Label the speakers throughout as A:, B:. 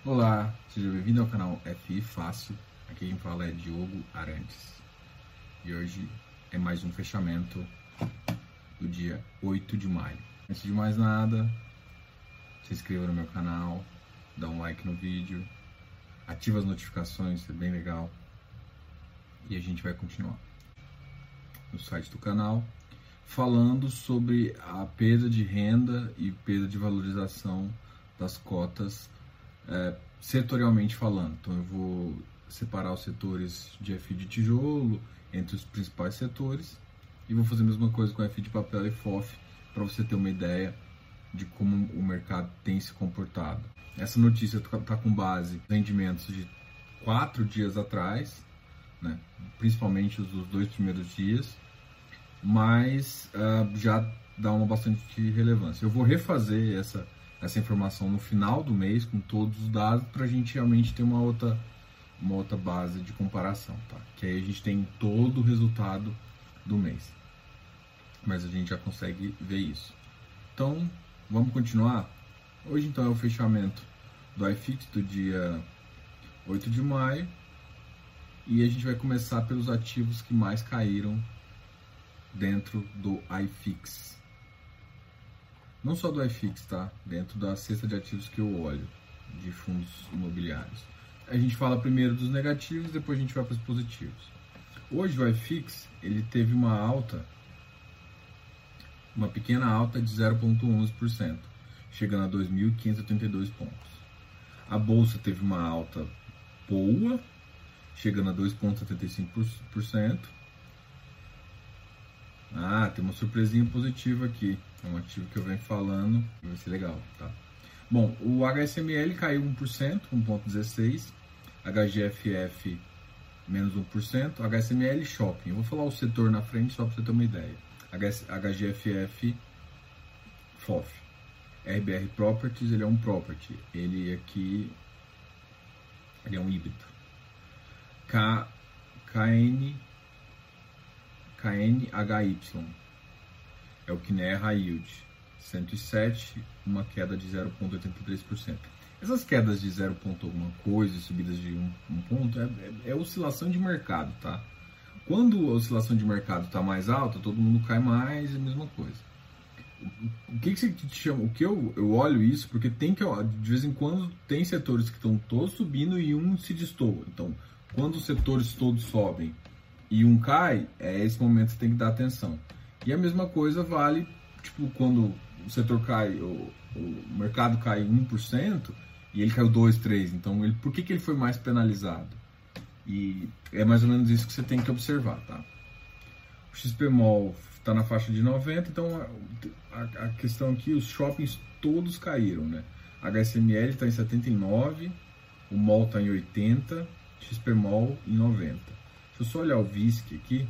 A: Olá, seja bem-vindo ao canal FI Fácil. Aqui quem fala é Diogo Arantes. E hoje é mais um fechamento do dia 8 de maio. Antes de mais nada, se inscreva no meu canal, dá um like no vídeo, ativa as notificações, isso é bem legal. E a gente vai continuar no site do canal falando sobre a perda de renda e perda de valorização das cotas setorialmente falando. Então eu vou separar os setores de FI de tijolo entre os principais setores e vou fazer a mesma coisa com FI de papel e FOF para você ter uma ideia de como o mercado tem se comportado. Essa notícia está com base em rendimentos de 4 dias atrás, né? Principalmente os dos 2 primeiros dias, mas já dá uma bastante relevância. Eu vou refazer essa informação no final do mês com todos os dados para a gente realmente ter uma outra base de comparação, tá? Que aí a gente tem todo o resultado do mês, mas a gente já consegue ver isso. Então vamos continuar. Hoje então é o fechamento do iFix do dia 8 de maio e a gente vai começar pelos ativos que mais caíram dentro do iFix. Não só do iFix, tá? Dentro da cesta de ativos que eu olho, de fundos imobiliários. A gente fala primeiro dos negativos, depois a gente vai para os positivos. Hoje o iFix, ele teve uma pequena alta de 0,11%, chegando a 2.582 pontos. A Bolsa teve uma alta boa, chegando a 2,75%. Tem uma surpresinha positiva aqui. É um ativo que eu venho falando e vai ser legal, tá? Bom, o HSML caiu 1%, 1,16%. HGFF, menos 1%. HSML Shopping. Eu vou falar o setor na frente só para você ter uma ideia. HGFF FOF. RBR Properties, ele é um property. Ele aqui, ele é um híbrido. KNHY. É o KNER High Yield, 107, uma queda de 0,83%. Essas quedas de 0, alguma coisa, subidas de um ponto, é oscilação de mercado, tá? Quando a oscilação de mercado está mais alta, todo mundo cai mais, é a mesma coisa. O que você te chama? O que eu olho isso, porque de vez em quando tem setores que estão todos subindo e um se destoa. Então, quando os setores todos sobem e um cai, esse momento que você tem que dar atenção. E a mesma coisa vale, tipo, quando o setor cai, o mercado cai 1% e ele caiu 2, 3%. Então, por que ele foi mais penalizado? E é mais ou menos isso que você tem que observar, tá? O XPMOL está na faixa de 90, então a questão aqui, os shoppings todos caíram, né? HSML está em 79, o MOL está em 80, XPMOL em 90. Deixa eu só olhar o VISC aqui.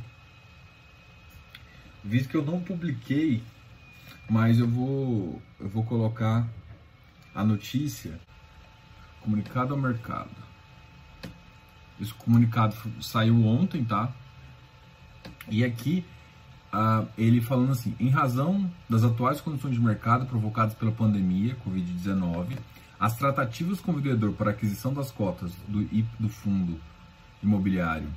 A: Visto que eu não publiquei, mas eu vou colocar a notícia, comunicado ao mercado. Esse comunicado saiu ontem, tá? E aqui ele falando assim: em razão das atuais condições de mercado provocadas pela pandemia Covid-19, as tratativas com o vendedor para aquisição das cotas do fundo imobiliário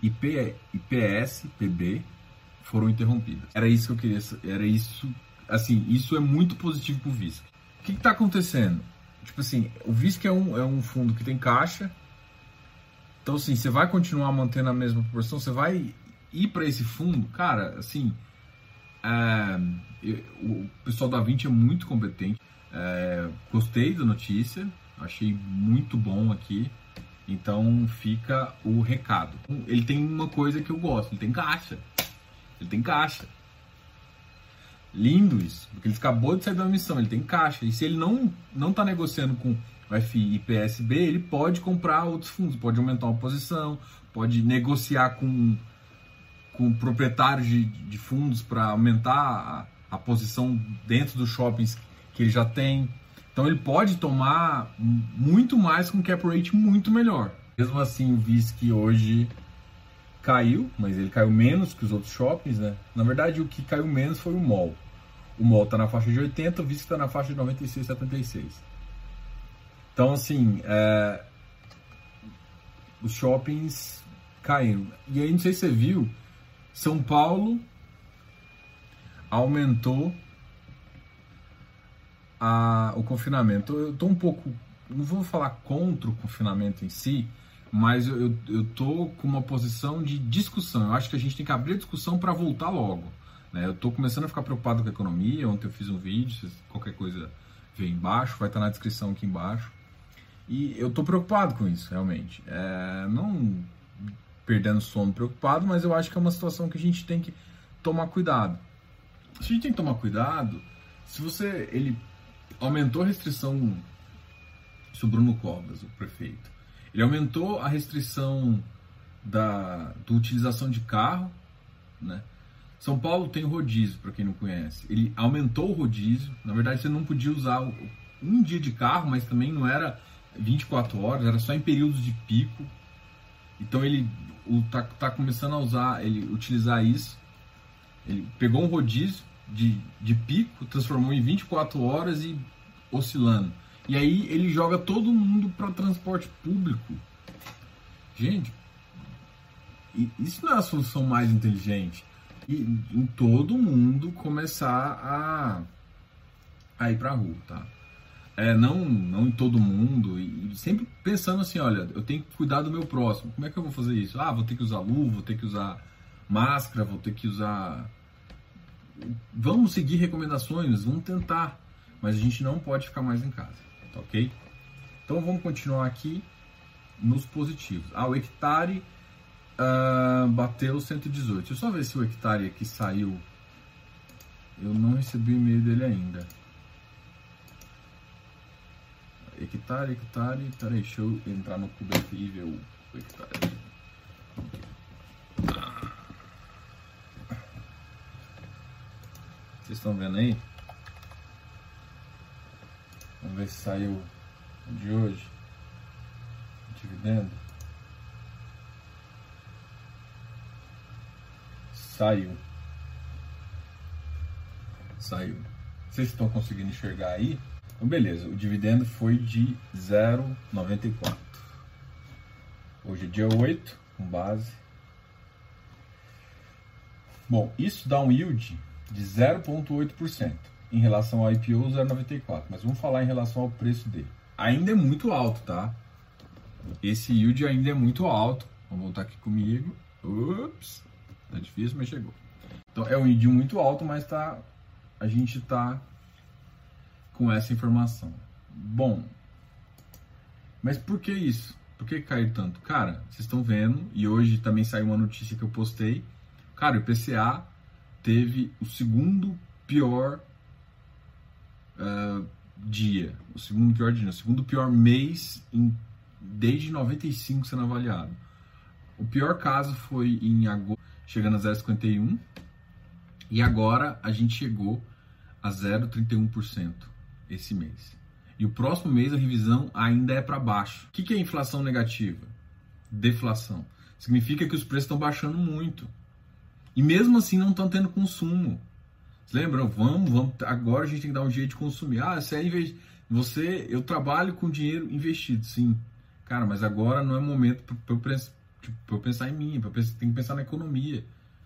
A: IPS-PB foram interrompidas. Era isso que eu queria, assim, isso é muito positivo pro VISC. O que está acontecendo? Tipo assim, o VISC é um fundo que tem caixa, então assim, você vai continuar mantendo a mesma proporção, você vai ir para esse fundo, cara, assim, o pessoal da 20 é muito competente, gostei da notícia, achei muito bom aqui, então fica o recado. Ele tem uma coisa que eu gosto, ele tem caixa. Ele tem caixa. Lindo isso, porque ele acabou de sair da missão, ele tem caixa. E se ele não está negociando com o FI e PSB, ele pode comprar outros fundos, pode aumentar uma posição, pode negociar com proprietários de fundos para aumentar a posição dentro dos shoppings que ele já tem. Então ele pode tomar muito mais com cap rate muito melhor. Mesmo assim, o VISC hoje caiu, mas ele caiu menos que os outros shoppings, né? Na verdade, o que caiu menos foi o MOL. O MOL está na faixa de 80, o VISC está na faixa de 96,76. Então, assim, os shoppings caíram. E aí, não sei se você viu, São Paulo aumentou o confinamento. Eu tô um pouco, não vou falar contra o confinamento em si, mas eu tô com uma posição de discussão. Eu acho que a gente tem que abrir a discussão para voltar logo, né? Eu tô começando a ficar preocupado com a economia. Ontem eu fiz um vídeo, se qualquer coisa vê embaixo, vai estar na descrição aqui embaixo. E eu tô preocupado com isso, realmente. Não perdendo sono preocupado, mas eu acho que é uma situação que a gente tem que tomar cuidado. Se a gente tem que tomar cuidado, se ele aumentou a restrição, isso o Bruno Covas, o prefeito, ele aumentou a restrição da utilização de carro, né? São Paulo tem rodízio, para quem não conhece. Ele aumentou o rodízio. Na verdade, você não podia usar um dia de carro, mas também não era 24 horas, era só em períodos de pico. Então ele tá começando a utilizar isso. Ele pegou um rodízio de pico, transformou em 24 horas e oscilando. E aí ele joga todo mundo para transporte público. Gente, isso não é a solução mais inteligente. E em todo mundo começar a ir pra rua, tá? Não em todo mundo, e sempre pensando assim, olha, eu tenho que cuidar do meu próximo. Como é que eu vou fazer isso? Vou ter que usar luva, vou ter que usar máscara, vou ter que usar... Vamos seguir recomendações, vamos tentar, mas a gente não pode ficar mais em casa, tá ok? Então vamos continuar aqui nos positivos. O hectare bateu 118. Deixa eu só ver se o hectare aqui saiu. Eu não recebi o e-mail dele ainda. Hectare. Peraí, deixa eu entrar no Kubernetes e ver o hectare. Vocês estão vendo aí? Vamos ver se saiu o de hoje. Dividendo. Saiu. Vocês estão conseguindo enxergar aí? Então, beleza. O dividendo foi de 0,94. Hoje é dia 8, com base. Bom, isso dá um yield de 0,8% em relação ao IPO 0,94. Mas vamos falar em relação ao preço dele. Ainda é muito alto, tá? Esse yield ainda é muito alto. Vamos voltar aqui comigo. Ups. Tá difícil, mas chegou. Então é um yield muito alto, mas a gente tá com essa informação. Bom, mas por que isso? Por que caiu tanto? Cara, vocês estão vendo, e hoje também saiu uma notícia que eu postei. Cara, o IPCA teve o segundo pior dia. O segundo pior mês desde 95 sendo avaliado. O pior caso foi em agosto, chegando a 0,51, e agora a gente chegou a 0,31% esse mês. E o próximo mês a revisão ainda é para baixo. O que é inflação negativa? Deflação. Significa que os preços estão baixando muito. E mesmo assim não estão tendo consumo. Vocês lembram? Vamos, agora a gente tem que dar um jeito de consumir. Eu trabalho com dinheiro investido, sim. Cara, mas agora não é momento para eu pensar em mim, tem que pensar na economia.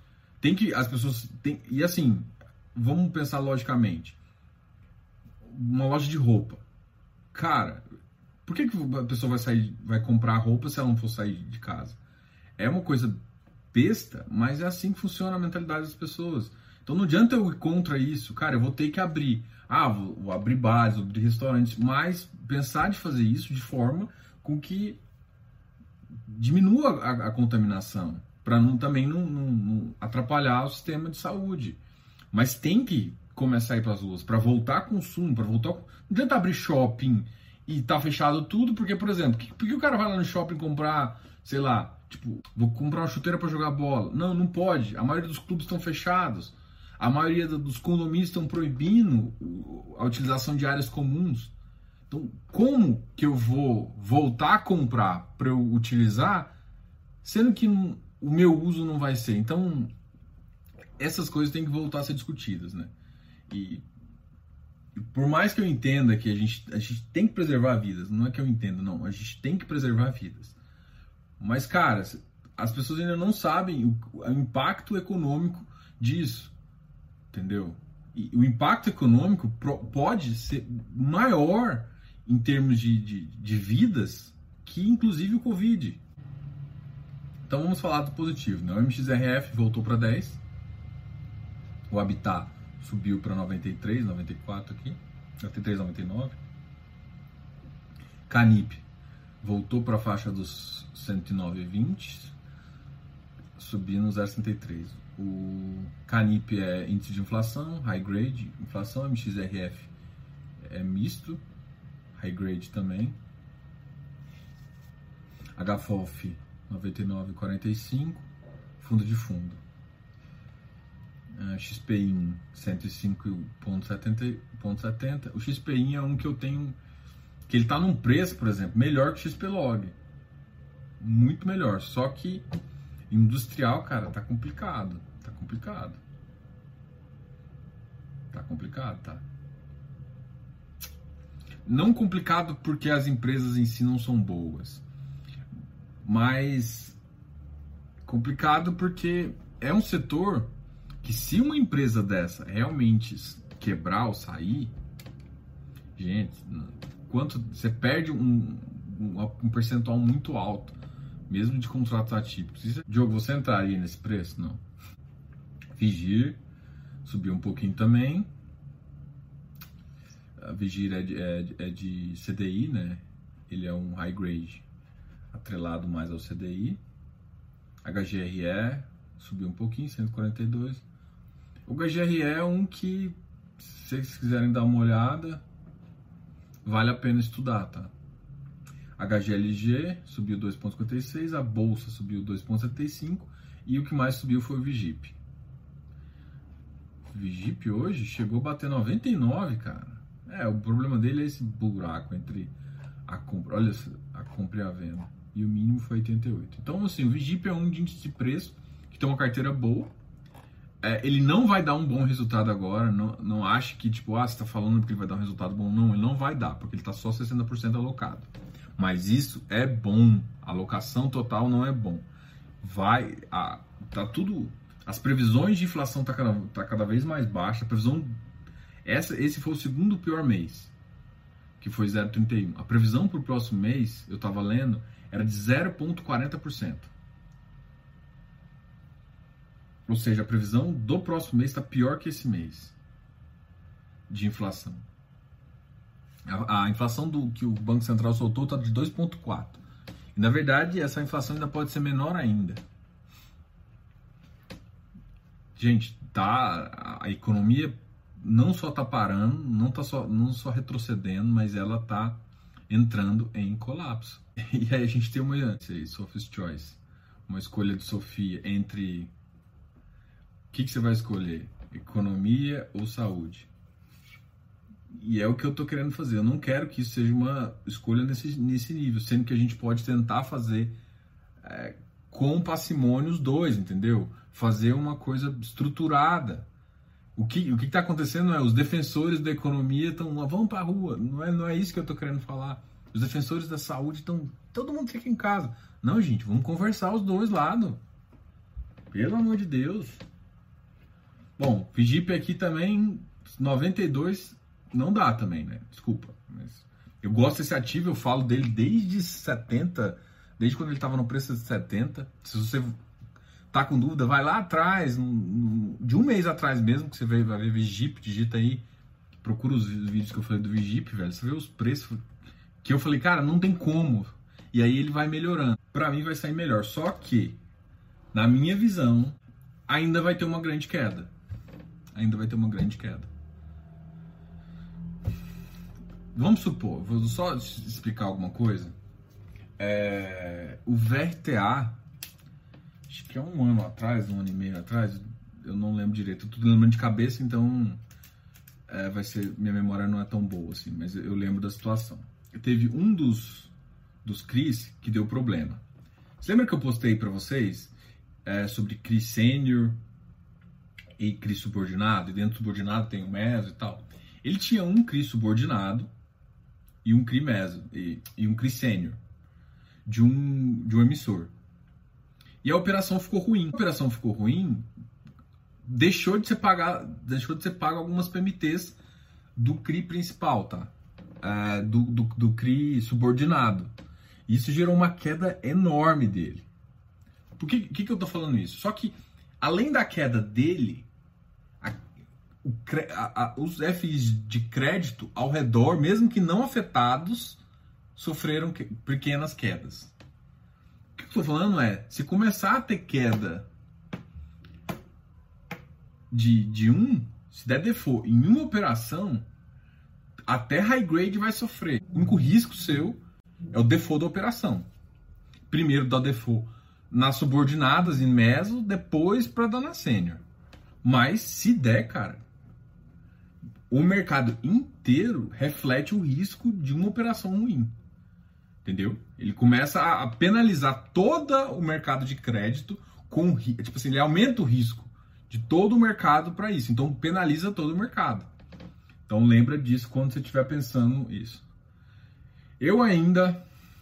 A: E assim, vamos pensar logicamente. Uma loja de roupa. Cara, por que a pessoa vai comprar roupa se ela não for sair de casa? É uma coisa besta, mas é assim que funciona a mentalidade das pessoas. Então não adianta eu ir contra isso. Cara, eu vou ter que abrir. Vou abrir bares, vou abrir restaurantes, mas pensar de fazer isso de forma com que diminua a contaminação, para também não atrapalhar o sistema de saúde. Mas tem que começar a ir para as ruas, para voltar a consumo, não adianta abrir shopping e tá fechado tudo, porque, por exemplo, por que o cara vai lá no shopping comprar, sei lá, vou comprar uma chuteira para jogar bola? Não pode. A maioria dos clubes estão fechados. A maioria dos condomínios estão proibindo a utilização de áreas comuns. Então, como que eu vou voltar a comprar para eu utilizar, sendo que o meu uso não vai ser? Então, essas coisas têm que voltar a ser discutidas, né? E por mais que eu entenda que a gente tem que preservar vidas, não é que eu entendo, não, a gente tem que preservar vidas. Mas, cara, as pessoas ainda não sabem o impacto econômico disso, entendeu? E o impacto econômico pode ser maior em termos de vidas que, inclusive, o Covid. Então, vamos falar do positivo, né? O MXRF voltou para 10, o Habitat subiu para 93, 94 aqui, 93, 99. Canip voltou para a faixa dos 109,20, subindo 0,63. O Canip é índice de inflação, high grade, inflação. MXRF é misto, high grade também. HFOF 99,45, fundo de fundo. XPIN 105,70. O XPIN é um que eu tenho, que ele tá num preço, por exemplo, melhor que o XPlog. Muito melhor. Só que industrial, cara, tá complicado. Tá complicado. Tá complicado, tá? Não complicado porque as empresas em si não são boas. Mas complicado porque é um setor que, se uma empresa dessa realmente quebrar ou sair, gente, quanto você perde um percentual muito alto, mesmo de contratos atípicos. Diogo, você entraria nesse preço? Não. Vigir subiu um pouquinho também. A Vigir é de CDI, né? Ele é um high grade atrelado mais ao CDI. HGRE subiu um pouquinho, 142. O HGRE é um que, se vocês quiserem dar uma olhada, vale a pena estudar, tá? HGLG subiu 2,56, a Bolsa subiu 2,75 e o que mais subiu foi o Vigip. O Vigip hoje chegou a bater 99, cara. O problema dele é esse buraco entre a compra, olha, a compra e a venda. E o mínimo foi 88. Então, assim, o Vigip é um índice de preço que tem uma carteira boa. Ele não vai dar um bom resultado agora. Não ache que, tipo, você está falando porque ele vai dar um resultado bom. Não, ele não vai dar, porque ele está só 60% alocado. Mas isso é bom. A alocação total não é bom. Tá tudo. As previsões de inflação tá cada vez mais baixa. A previsão. Esse foi o segundo pior mês, que foi 0,31. A previsão para o próximo mês, eu estava lendo, era de 0,40%. Ou seja, a previsão do próximo mês está pior que esse mês de inflação. A inflação que o Banco Central soltou está de 2,4%. E, na verdade, essa inflação ainda pode ser menor ainda. Gente, a economia não só está parando, não só retrocedendo, mas ela está entrando em colapso. E aí a gente tem uma Sophie's Choice, uma escolha de Sofia entre o que você vai escolher, economia ou saúde. E é o que eu estou querendo fazer. Eu não quero que isso seja uma escolha nesse nível, sendo que a gente pode tentar fazer com parcimônia os dois, entendeu? Fazer uma coisa estruturada. O que está acontecendo os defensores da economia vão para a rua. Não é isso que eu estou querendo falar. Os defensores da saúde todo mundo fica em casa. Não, gente, vamos conversar os dois lados. Pelo amor de Deus. Bom, Vigip aqui também, 92, não dá também, né? Desculpa. Mas eu gosto desse ativo, eu falo dele desde 70, desde quando ele estava no preço de 70. Se você tá com dúvida, vai lá atrás, de um mês atrás mesmo, que você vai ver Vigip, digita aí, procura os vídeos que eu falei do Vigip, velho, você vê os preços que eu falei, cara, não tem como. E aí ele vai melhorando. Pra mim vai sair melhor. Só que, na minha visão, ainda vai ter uma grande queda. Vamos supor, vou só explicar alguma coisa. O VRTA, acho que é um ano atrás, um ano e meio atrás, eu não lembro direito, eu tô lembrando de cabeça, então minha memória não é tão boa assim, mas eu lembro da situação. Teve um dos CRIs que deu problema. Você lembra que eu postei para vocês sobre CRI sênior e CRI subordinado, e dentro do subordinado tem o MES e tal? Ele tinha um CRI subordinado e um CRI meso, e um CRI sênior de um emissor. E a operação ficou ruim. A operação ficou ruim, deixou de ser pago algumas PMTs do CRI principal, tá? Do CRI subordinado. Isso gerou uma queda enorme dele. Por que eu tô falando isso? Só que, além da queda dele, os FIs de crédito ao redor, mesmo que não afetados, sofreram pequenas quedas. O que eu tô falando se começar a ter queda se der default em uma operação, até high grade vai sofrer. O único risco seu é o default da operação. Primeiro dá default nas subordinadas em meso, depois para dar na sênior. Mas se der, cara, o mercado inteiro reflete o risco de uma operação ruim. Entendeu? Ele começa a penalizar todo o mercado de crédito tipo assim, ele aumenta o risco de todo o mercado para isso. Então penaliza todo o mercado. Então lembra disso quando você estiver pensando isso. Eu ainda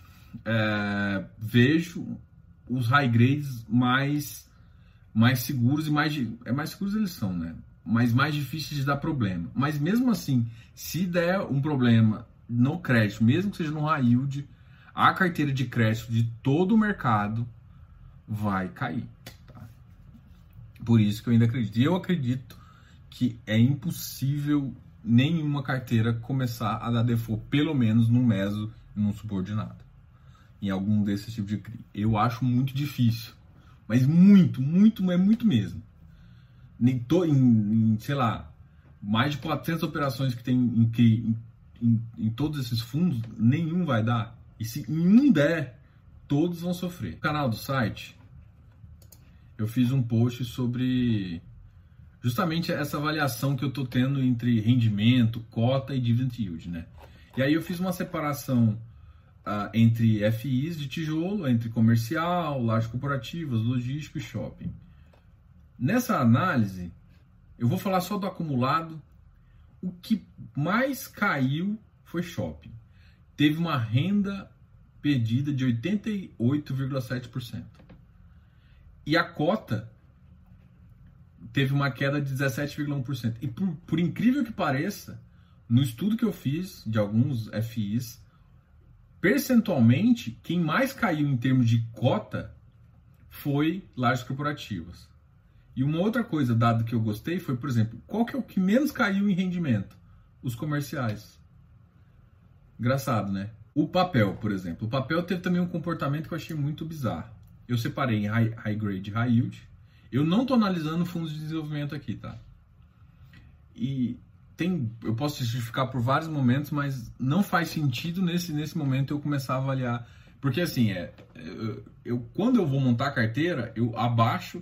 A: vejo os high grades mais seguros e mais seguros eles são, né? Mas mais difíceis de dar problema. Mas mesmo assim, se der um problema no crédito, mesmo que seja no high yield, a carteira de crédito de todo o mercado vai cair. Tá? Por isso que eu ainda acredito. E eu acredito que é impossível nenhuma carteira começar a dar default, pelo menos no meso e no subordinado, em algum desses tipos de CRI. Eu acho muito difícil, mas muito mesmo. Sei lá, mais de 400 operações que tem em todos esses fundos, nenhum vai dar. E se em um der, todos vão sofrer. No canal do site, eu fiz um post sobre justamente essa avaliação que eu estou tendo entre rendimento, cota e dividend yield, né? E aí eu fiz uma separação entre FIs de tijolo, entre comercial, lajes corporativas, logístico e shopping. Nessa análise, eu vou falar só do acumulado. O que mais caiu foi shopping. Teve uma renda perdida de 88,7%. E a cota teve uma queda de 17,1%. E por incrível que pareça, no estudo que eu fiz de alguns FIs, percentualmente, quem mais caiu em termos de cota foi lajes corporativas. E uma outra coisa, dado que eu gostei, foi, por exemplo, qual que é o que menos caiu em rendimento? Os comerciais. Engraçado, né? O papel, por exemplo. O papel teve também um comportamento que eu achei muito bizarro. Eu separei em high grade e high yield. Eu não estou analisando fundos de desenvolvimento aqui, tá? E eu posso justificar por vários momentos, mas não faz sentido nesse momento eu começar a avaliar. Porque assim, quando eu vou montar a carteira, eu abaixo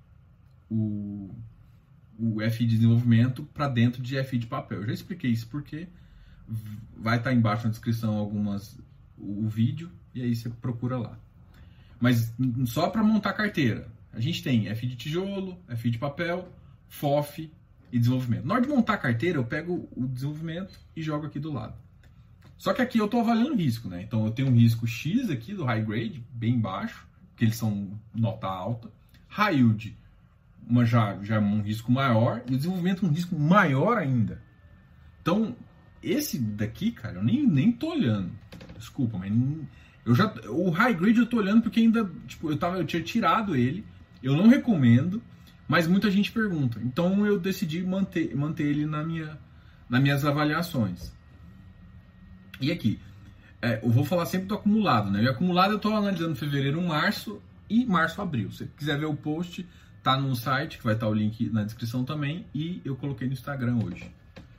A: o FI de desenvolvimento para dentro de FI de papel. Eu já expliquei isso porque vai estar embaixo na descrição o vídeo e aí você procura lá. Mas só para montar a carteira, a gente tem FI de tijolo, FI de papel, FOF e desenvolvimento. Na hora de montar a carteira, eu pego o desenvolvimento e jogo aqui do lado. Só que aqui eu estou avaliando risco, né? Então eu tenho um risco X aqui do high grade, bem baixo, porque eles são nota alta. High yield, já é um risco maior, e o desenvolvimento um risco maior ainda. Então, esse daqui, cara, eu nem tô olhando. Desculpa, mas o high grade eu tô olhando porque ainda, tipo, eu tinha tirado ele. Eu não recomendo, mas muita gente pergunta. Então eu decidi manter ele nas minhas avaliações. E aqui, eu vou falar sempre do acumulado, né? E acumulado eu tô analisando fevereiro, março e março, abril. Se você quiser ver o post, tá no site, que vai estar o link na descrição também, e eu coloquei no Instagram hoje.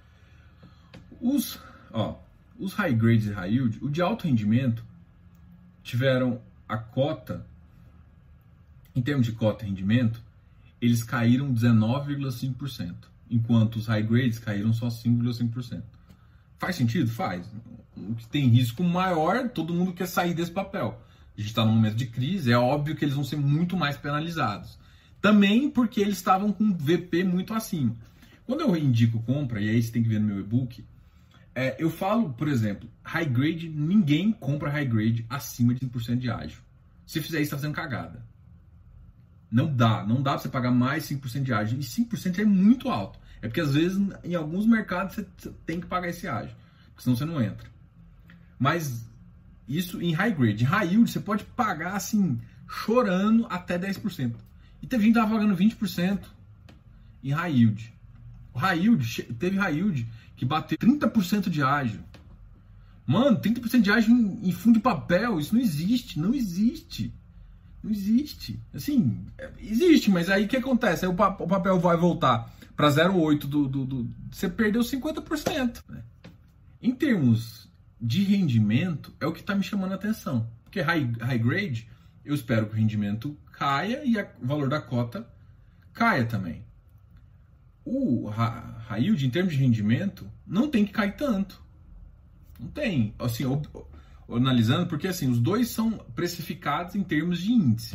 A: Os high grades e high yield, o de alto rendimento, tiveram a cota, em termos de cota e rendimento, eles caíram 19,5%, enquanto os high grades caíram só 5,5%. Faz sentido? Faz. O que tem risco maior, todo mundo quer sair desse papel. A gente está num momento de crise, é óbvio que eles vão ser muito mais penalizados. Também porque eles estavam com VP muito acima. Quando eu indico compra, e aí você tem que ver no meu e-book, eu falo, por exemplo, high grade, ninguém compra high grade acima de 5% de ágio. Se fizer isso, tá fazendo cagada. Não dá pra você pagar mais 5% de ágio. E 5% é muito alto. É porque às vezes em alguns mercados você tem que pagar esse ágio, porque senão você não entra. Mas isso em high grade. Em high yield você pode pagar assim, chorando até 10%. E teve gente que tava pagando 20% em high yield. O high yield, teve high yield que bateu 30% de ágio. Mano, 30% de ágio em fundo de papel, isso não existe, não existe. Não existe. Assim, existe, mas aí o que acontece? Aí o papel vai voltar para 0,8 você perdeu 50%. Né? Em termos de rendimento, é o que está me chamando a atenção. Porque high grade, eu espero que o rendimento caia e o valor da cota caia também. O high yield, em termos de rendimento, não tem que cair tanto. Não tem. Assim, analisando, porque assim, os dois são precificados em termos de índice.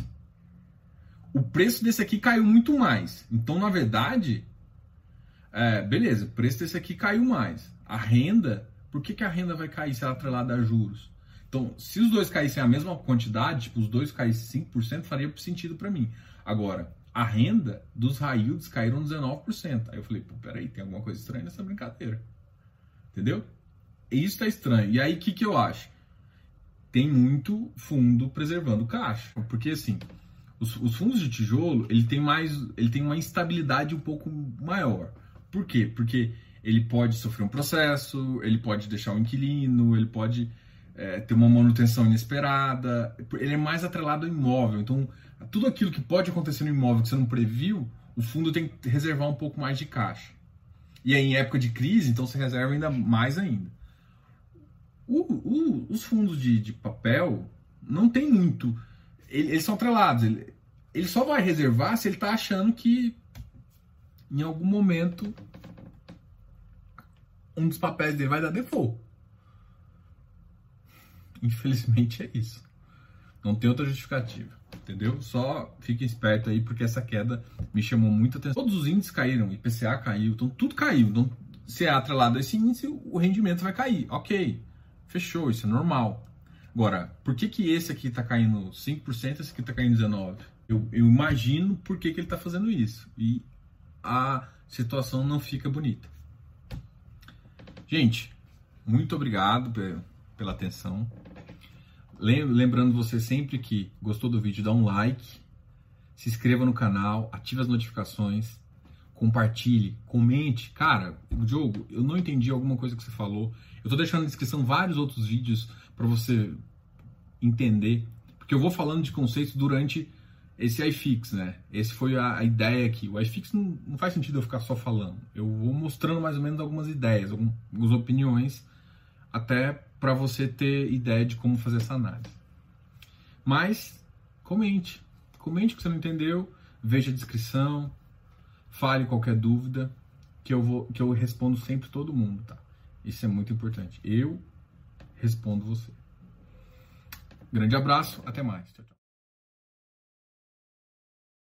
A: O preço desse aqui caiu muito mais. Então, na verdade, beleza, o preço desse aqui caiu mais. A renda, por que a renda vai cair se ela é atrelada a juros? Então, se os dois caíssem a mesma quantidade, tipo, os dois caíssem 5%, faria sentido para mim. Agora, a renda dos high yields caíram 19%. Aí eu falei, pô, peraí, tem alguma coisa estranha nessa brincadeira. Entendeu? Isso tá estranho. E aí, o que eu acho? Tem muito fundo preservando caixa. Porque, assim, os fundos de tijolo, ele tem uma instabilidade um pouco maior. Por quê? Porque ele pode sofrer um processo, ele pode deixar um inquilino, ele pode ter uma manutenção inesperada. Ele é mais atrelado ao imóvel. Então, tudo aquilo que pode acontecer no imóvel que você não previu, o fundo tem que reservar um pouco mais de caixa. E aí, em época de crise, então você reserva ainda mais ainda. Os fundos de papel não tem muito. Eles são atrelados. Ele só vai reservar se ele está achando que em algum momento um dos papéis dele vai dar default. Infelizmente é isso. Não tem outra justificativa. Entendeu? Só fique esperto aí, porque essa queda me chamou muita atenção. Todos os índices caíram, IPCA caiu, então tudo caiu. Então, se é atrelado a esse índice, o rendimento vai cair. Ok. Fechou, isso é normal. Agora, por que esse aqui está caindo 5% e esse aqui está caindo 19%? Eu imagino por que ele está fazendo isso. E a situação não fica bonita. Gente, muito obrigado pela atenção. Lembrando você sempre que gostou do vídeo, dá um like, se inscreva no canal, ative as notificações, compartilhe, comente. Cara, Diogo, eu não entendi alguma coisa que você falou. Eu tô deixando na descrição vários outros vídeos para você entender, porque eu vou falando de conceitos durante esse iFix, né? Esse foi a ideia aqui. O iFix não faz sentido eu ficar só falando. Eu vou mostrando mais ou menos algumas ideias, algumas opiniões, até para você ter ideia de como fazer essa análise. Mas comente o que você não entendeu, veja a descrição, fale qualquer dúvida, que eu respondo sempre todo mundo, tá? Isso é muito importante. Eu respondo você. Grande abraço, até mais. Tchau, tchau.